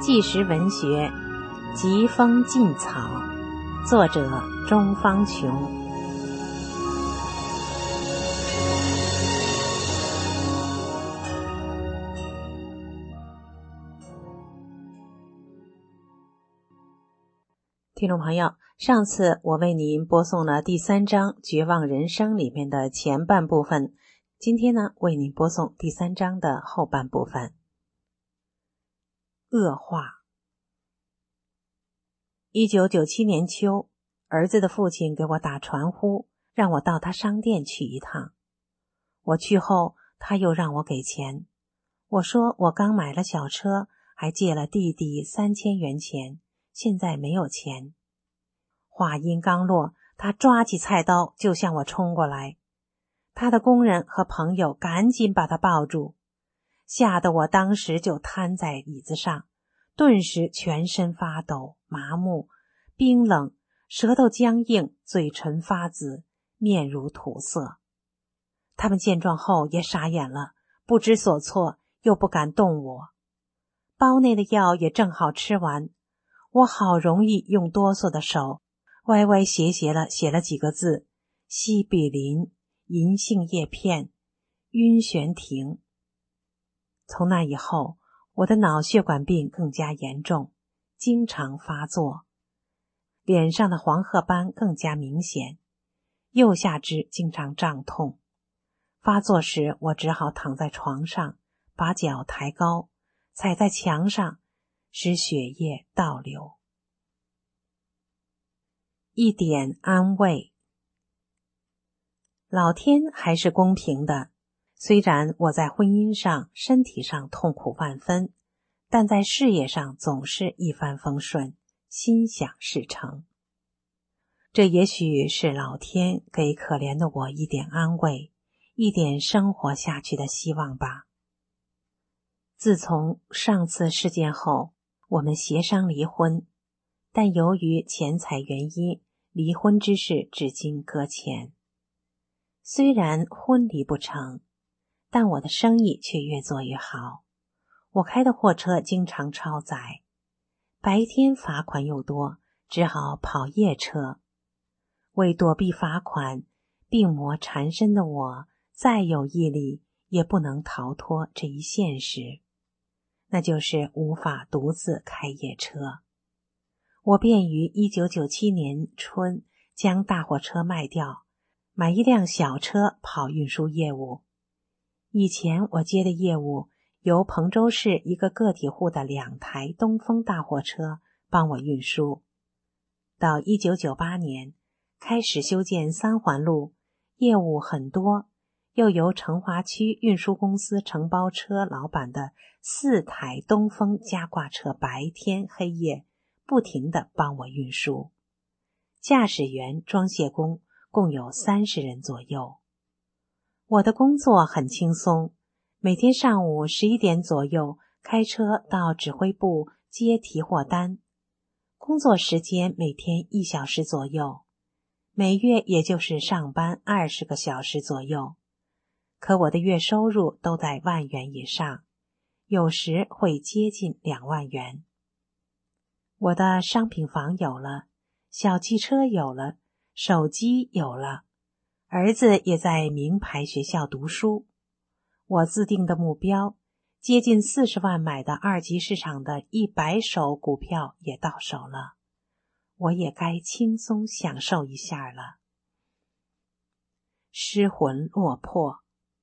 纪实文学《疾风劲草》，作者钟方琼。听众朋友，上次我为您播送了第3章《绝望人生》里面的前半部分，今天呢，为您播送第3章的后半部分。恶化。1997年秋，儿子的父亲给我打传呼，让我到他商店去一趟。我去后，他又让我给钱。我说我刚买了小车，还借了弟弟3000元钱，现在没有钱。话音刚落，他抓起菜刀就向我冲过来。他的工人和朋友赶紧把他抱住，吓得我当时就瘫在椅子上，顿时全身发抖、麻木、冰冷，舌头僵硬，嘴唇发紫，面如土色。他们见状后也傻眼了，不知所措，又不敢动我。包内的药也正好吃完，我好容易用哆嗦的手歪歪斜斜地写了几个字：西比林、银杏叶片、晕眩停。从那以后，我的脑血管病更加严重，经常发作，脸上的黄褐斑更加明显，右下肢经常胀痛。发作时，我只好躺在床上，把脚抬高，踩在墙上，使血液倒流。一点安慰。老天还是公平的，虽然我在婚姻上、身体上痛苦万分，但在事业上总是一帆风顺，心想事成。这也许是老天给可怜的我一点安慰，一点生活下去的希望吧。自从上次事件后，我们协商离婚，但由于钱财原因，离婚之事至今搁浅。虽然婚离不成，但我的生意却越做越好。我开的货车经常超载，白天罚款又多，只好跑夜车。为躲避罚款，病魔缠身的我，再有毅力也不能逃脱这一现实，那就是无法独自开夜车。我便于1997年春将大货车卖掉，买一辆小车跑运输业务。以前我接的业务由彭州市一个个体户的2台东风大货车帮我运输。到1998年开始修建3环路，业务很多，又由成华区运输公司承包车老板的4台东风加挂车白天黑夜不停地帮我运输。驾驶员、装卸工共有30人左右。我的工作很轻松，每天上午11点左右开车到指挥部接提货单，工作时间每天1小时左右，每月也就是上班20个小时左右。可我的月收入都在10000元以上，有时会接近2万元。我的商品房有了，小汽车有了，手机有了，儿子也在名牌学校读书。我自定的目标，接近40万买的2级市场的100手股票也到手了，我也该轻松享受一下了。失魂落魄。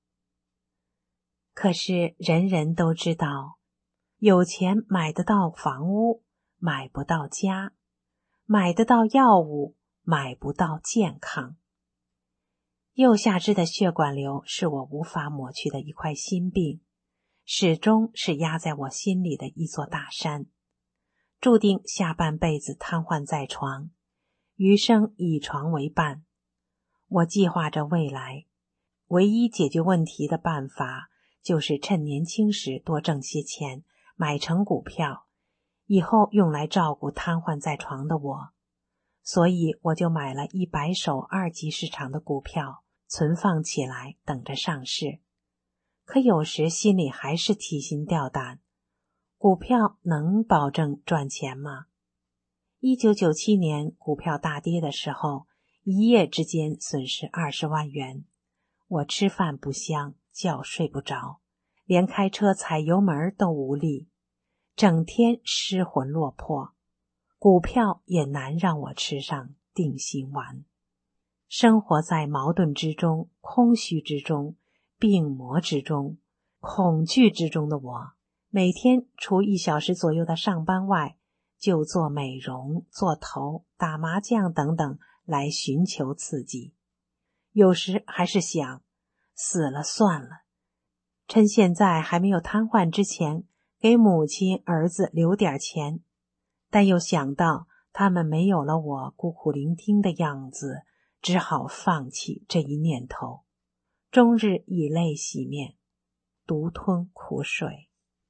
可是人人都知道，有钱买得到房屋，买不到家；买得到药物，买不到健康。右下肢的血管瘤是我无法抹去的一块心病，始终是压在我心里的一座大山，注定下半辈子瘫痪在床，余生以床为伴。我计划着未来，唯一解决问题的办法就是趁年轻时多挣些钱，买成股票，以后用来照顾瘫痪在床的我。所以我就买了100手2级市场的股票，存放起来等着上市。可有时心里还是提心吊胆， 股票能保证赚钱吗？1997年股票大跌的时候，一夜之间损失20万元，我吃饭不香，觉睡不着，连开车踩油门都无力，整天失魂落魄，股票也难让我吃上定心丸。生活在矛盾之中，空虚之中，病魔之中，恐惧之中的我，每天除1小时左右的上班外，就做美容、做头、打麻将等等来寻求刺激。有时还是想，死了算了，趁现在还没有瘫痪之前，给母亲、儿子留点钱。但又想到他们没有了我孤苦伶仃的样子，只好放弃这一念头，终日以泪洗面，独吞苦水。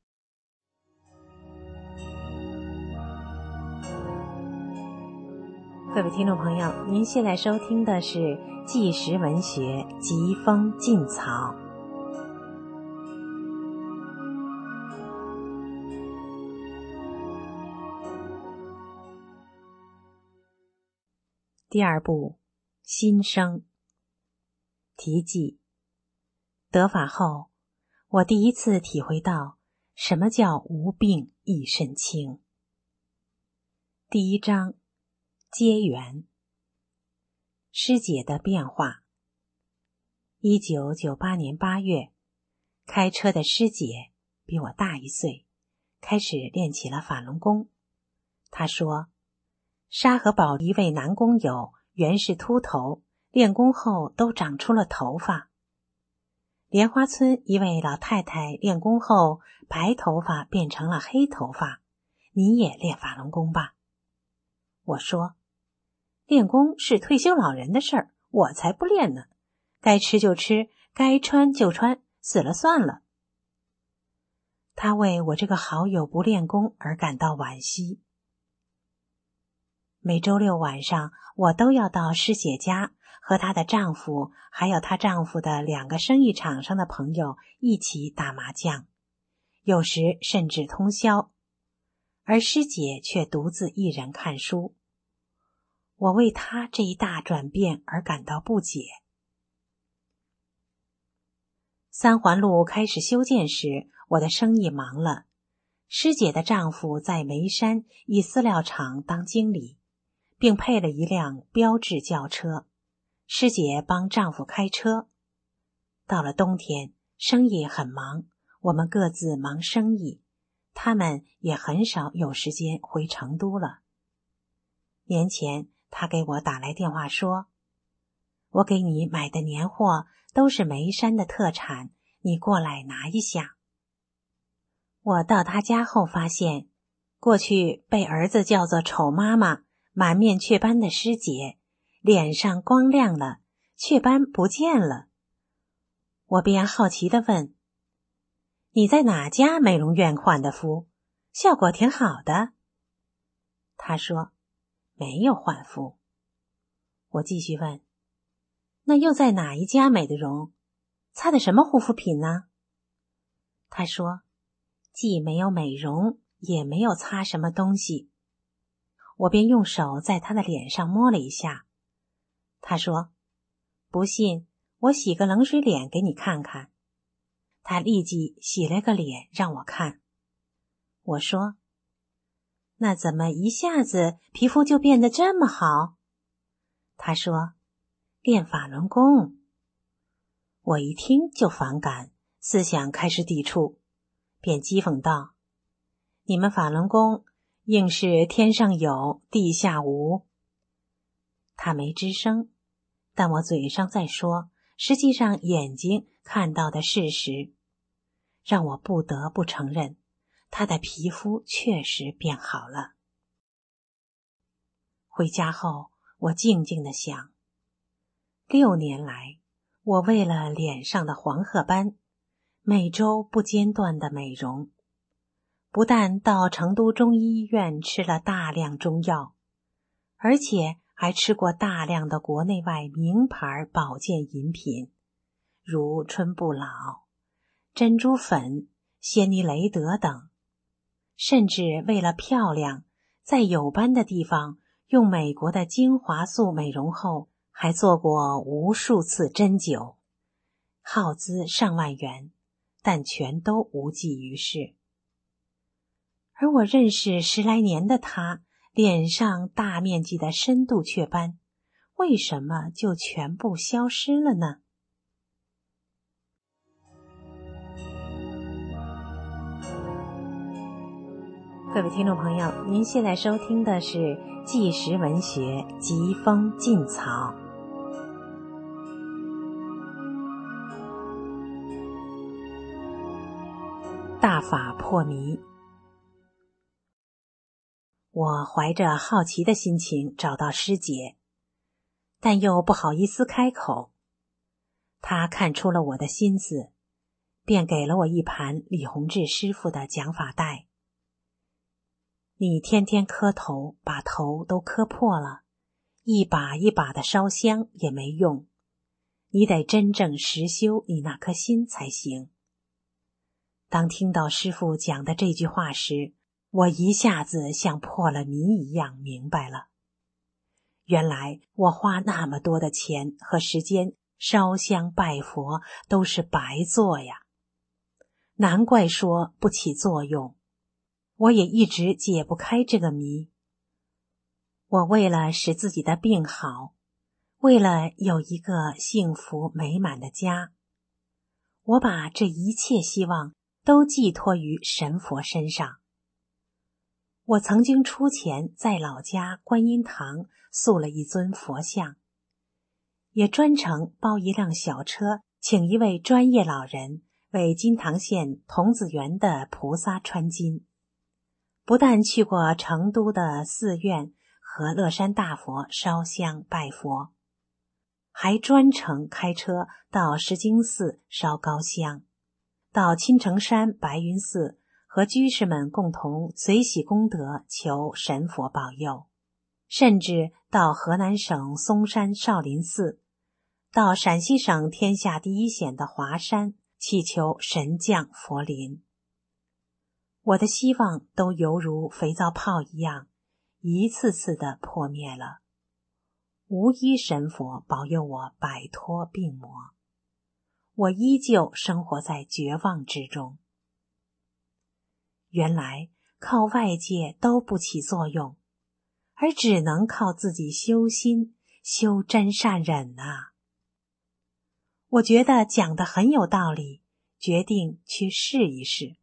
各位听众朋友，您现在收听的是纪实文学《疾风劲草》。第二部，新生。题记：得法后，我第一次体会到什么叫无病一身轻。第一章，结缘。师姐的变化。1998年8月，开车的师姐比我大1岁，开始练起了法轮功。她说，沙河堡一位男工友原是秃头，练功后都长出了头发。莲花村一位老太太练功后白头发变成了黑头发，你也练法轮功吧。我说，练功是退休老人的事儿，我才不练呢，该吃就吃，该穿就穿，死了算了。她为我这个好友不练功而感到惋惜。每周六晚上，我都要到师姐家和她的丈夫还有她丈夫的2个生意场上的朋友一起打麻将，有时甚至通宵，而师姐却独自一人看书。我为她这一大转变而感到不解。3环路开始修建时，我的生意忙了，师姐的丈夫在眉山一饲料厂当经理，并配了一辆标致轿车，师姐帮丈夫开车。到了冬天，生意很忙，我们各自忙生意，他们也很少有时间回成都了。年前，他给我打来电话说，我给你买的年货都是眉山的特产，你过来拿一下。我到他家后发现，过去被儿子叫做丑妈妈、满面雀斑的师姐，脸上光亮了，雀斑不见了。我便好奇地问，你在哪家美容院换的肤？效果挺好的。他说，没有换肤。我继续问，那又在哪一家美的容？擦的什么护肤品呢？他说，既没有美容，也没有擦什么东西。我便用手在他的脸上摸了一下。他说，不信，我洗个冷水脸给你看看。他立即洗了个脸让我看。我说，那怎么一下子皮肤就变得这么好？他说，练法轮功。我一听就反感，思想开始抵触，便讥讽道，你们法轮功硬是天上有地下无。他没吱声，但我嘴上在说，实际上眼睛看到的事实，让我不得不承认，他的皮肤确实变好了。回家后，我静静地想，6年来，我为了脸上的黄褐斑，每周不间断的美容，不但到成都中医院吃了大量中药，而且还吃过大量的国内外名牌保健饮品，如春不老、珍珠粉、仙尼雷德等。 甚至为了漂亮，在有斑的地方用美国的精华素美容后，还做过无数次针灸，耗资上万元，但全都无济于事。而我认识10来年的他，脸上大面积的深度雀斑，为什么就全部消失了呢？各位听众朋友，您现在收听的是纪实文学疾风劲草。大法破谜。我怀着好奇的心情找到师姐，但又不好意思开口。她看出了我的心思，便给了我一盘李洪志师傅的讲法带。你天天磕头，把头都磕破了，一把一把的烧香也没用，你得真正实修你那颗心才行。当听到师父讲的这句话时，我一下子像破了谜一样明白了。原来我花那么多的钱和时间烧香拜佛都是白做呀，难怪说不起作用。我也一直解不开这个谜。我为了使自己的病好，为了有一个幸福美满的家，我把这一切希望都寄托于神佛身上。我曾经出钱在老家观音堂塑了一尊佛像，也专程包一辆小车，请一位专业老人为金堂县童子园的菩萨穿金。不但去过成都的寺院和乐山大佛烧香拜佛，还专程开车到石经寺烧高香，到青城山白云寺和居士们共同随喜功德，求神佛保佑，甚至到河南省嵩山少林寺，到陕西省天下第一险的华山，祈求神降佛临。我的希望都犹如肥皂泡一样，一次次的破灭了。无一神佛保佑我摆脱病魔，我依旧生活在绝望之中。原来靠外界都不起作用，而只能靠自己修心，修真善忍啊。我觉得讲得很有道理，决定去试一试。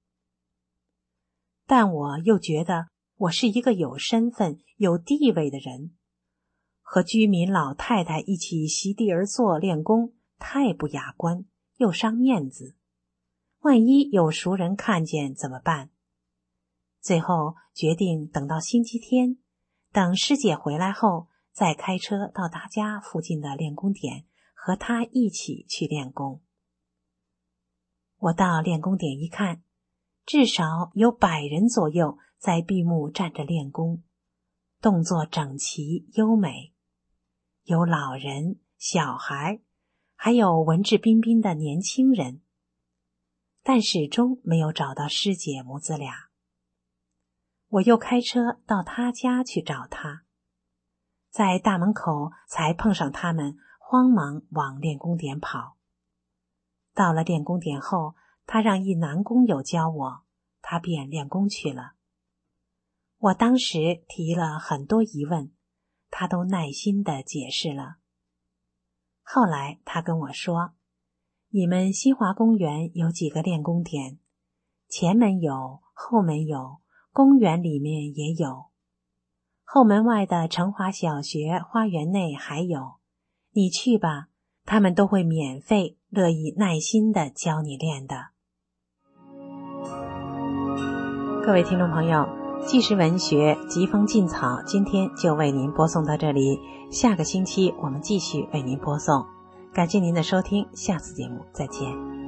但我又觉得我是一个有身份、有地位的人，和居民老太太一起席地而坐练功，太不雅观，又伤面子。万一有熟人看见怎么办？最后决定等到星期天，等师姐回来后，再开车到她家附近的练功点，和她一起去练功。我到练功点一看，至少有100人左右在闭目站着练功，动作整齐优美，有老人、小孩，还有文质彬彬的年轻人，但始终没有找到师姐母子俩。我又开车到他家去找他，在大门口才碰上他们慌忙往练功点跑。到了练功点后，他让一男工友教我，他便练功去了。我当时提了很多疑问，他都耐心地解释了。后来他跟我说，你们新华公园有几个练功点，前门有，后门有，公园里面也有，后门外的成华小学花园内还有，你去吧，他们都会免费乐意耐心地教你练的。各位听众朋友，纪实文学疾风劲草今天就为您播送到这里，下个星期我们继续为您播送。感谢您的收听，下次节目再见。